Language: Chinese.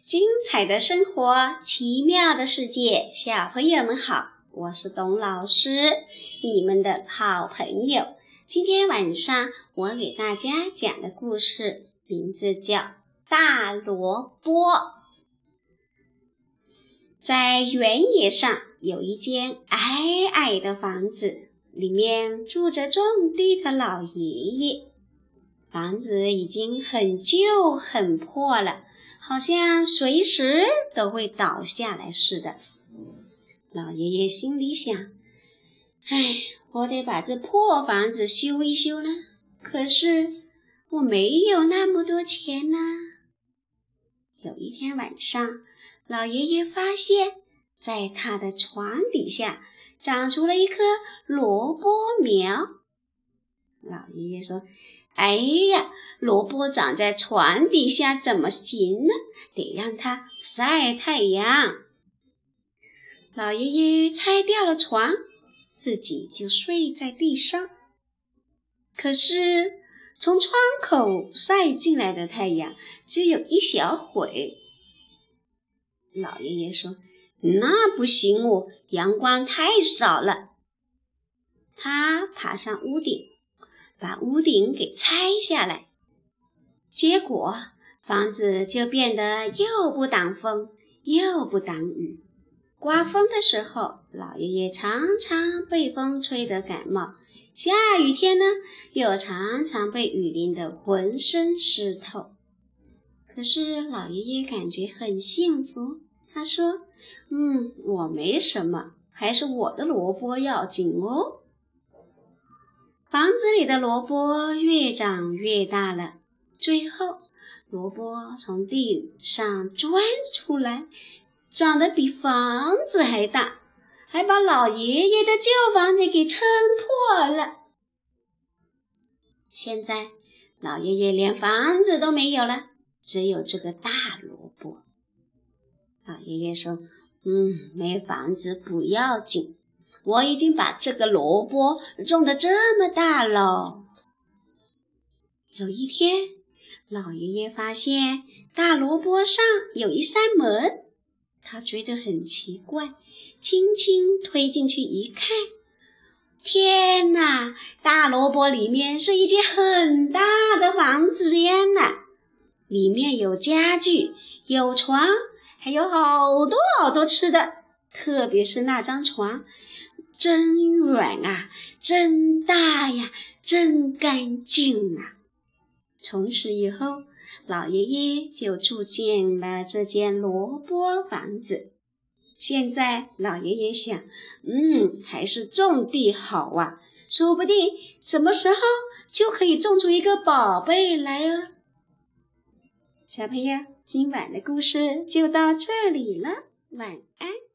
精彩的生活，奇妙的世界，小朋友们好，我是董老师，你们的好朋友。今天晚上我给大家讲的故事名字叫《大萝卜》。在原野上有一间矮矮的房子，里面住着种地的老爷爷。房子已经很旧很破了，好像随时都会倒下来似的。老爷爷心里想，我得把这破房子修一修了，可是我没有那么多钱呢。有一天晚上，老爷爷发现在他的床底下长出了一棵萝卜苗。老爷爷说，哎呀，萝卜长在床底下怎么行呢？得让它晒太阳。老爷爷拆掉了床，自己就睡在地上。可是从窗口晒进来的太阳只有一小会。老爷爷说，那不行哦，阳光太少了。他爬上屋顶，把屋顶给拆下来，结果房子就变得又不挡风又不挡雨。刮风的时候，老爷爷常常被风吹得感冒，下雨天呢，又常常被雨淋得浑身湿透。可是老爷爷感觉很幸福，他说，我没什么，还是我的萝卜要紧哦。房子里的萝卜越长越大了，最后萝卜从地上钻出来，长得比房子还大，还把老爷爷的旧房子给撑破了。现在老爷爷连房子都没有了，只有这个大萝卜。老爷爷说，没房子不要紧，我已经把这个萝卜种得这么大了。有一天，老爷爷发现大萝卜上有一扇门，他觉得很奇怪，轻轻推进去一看，天哪，大萝卜里面是一间很大的房间呢，里面有家具，有床，还有好多好多吃的，特别是那张床，真软啊，真大呀，真干净啊。从此以后，老爷爷就住进了这间萝卜房子。现在老爷爷想，还是种地好啊，说不定什么时候就可以种出一个宝贝来哦。小朋友，今晚的故事就到这里了，晚安。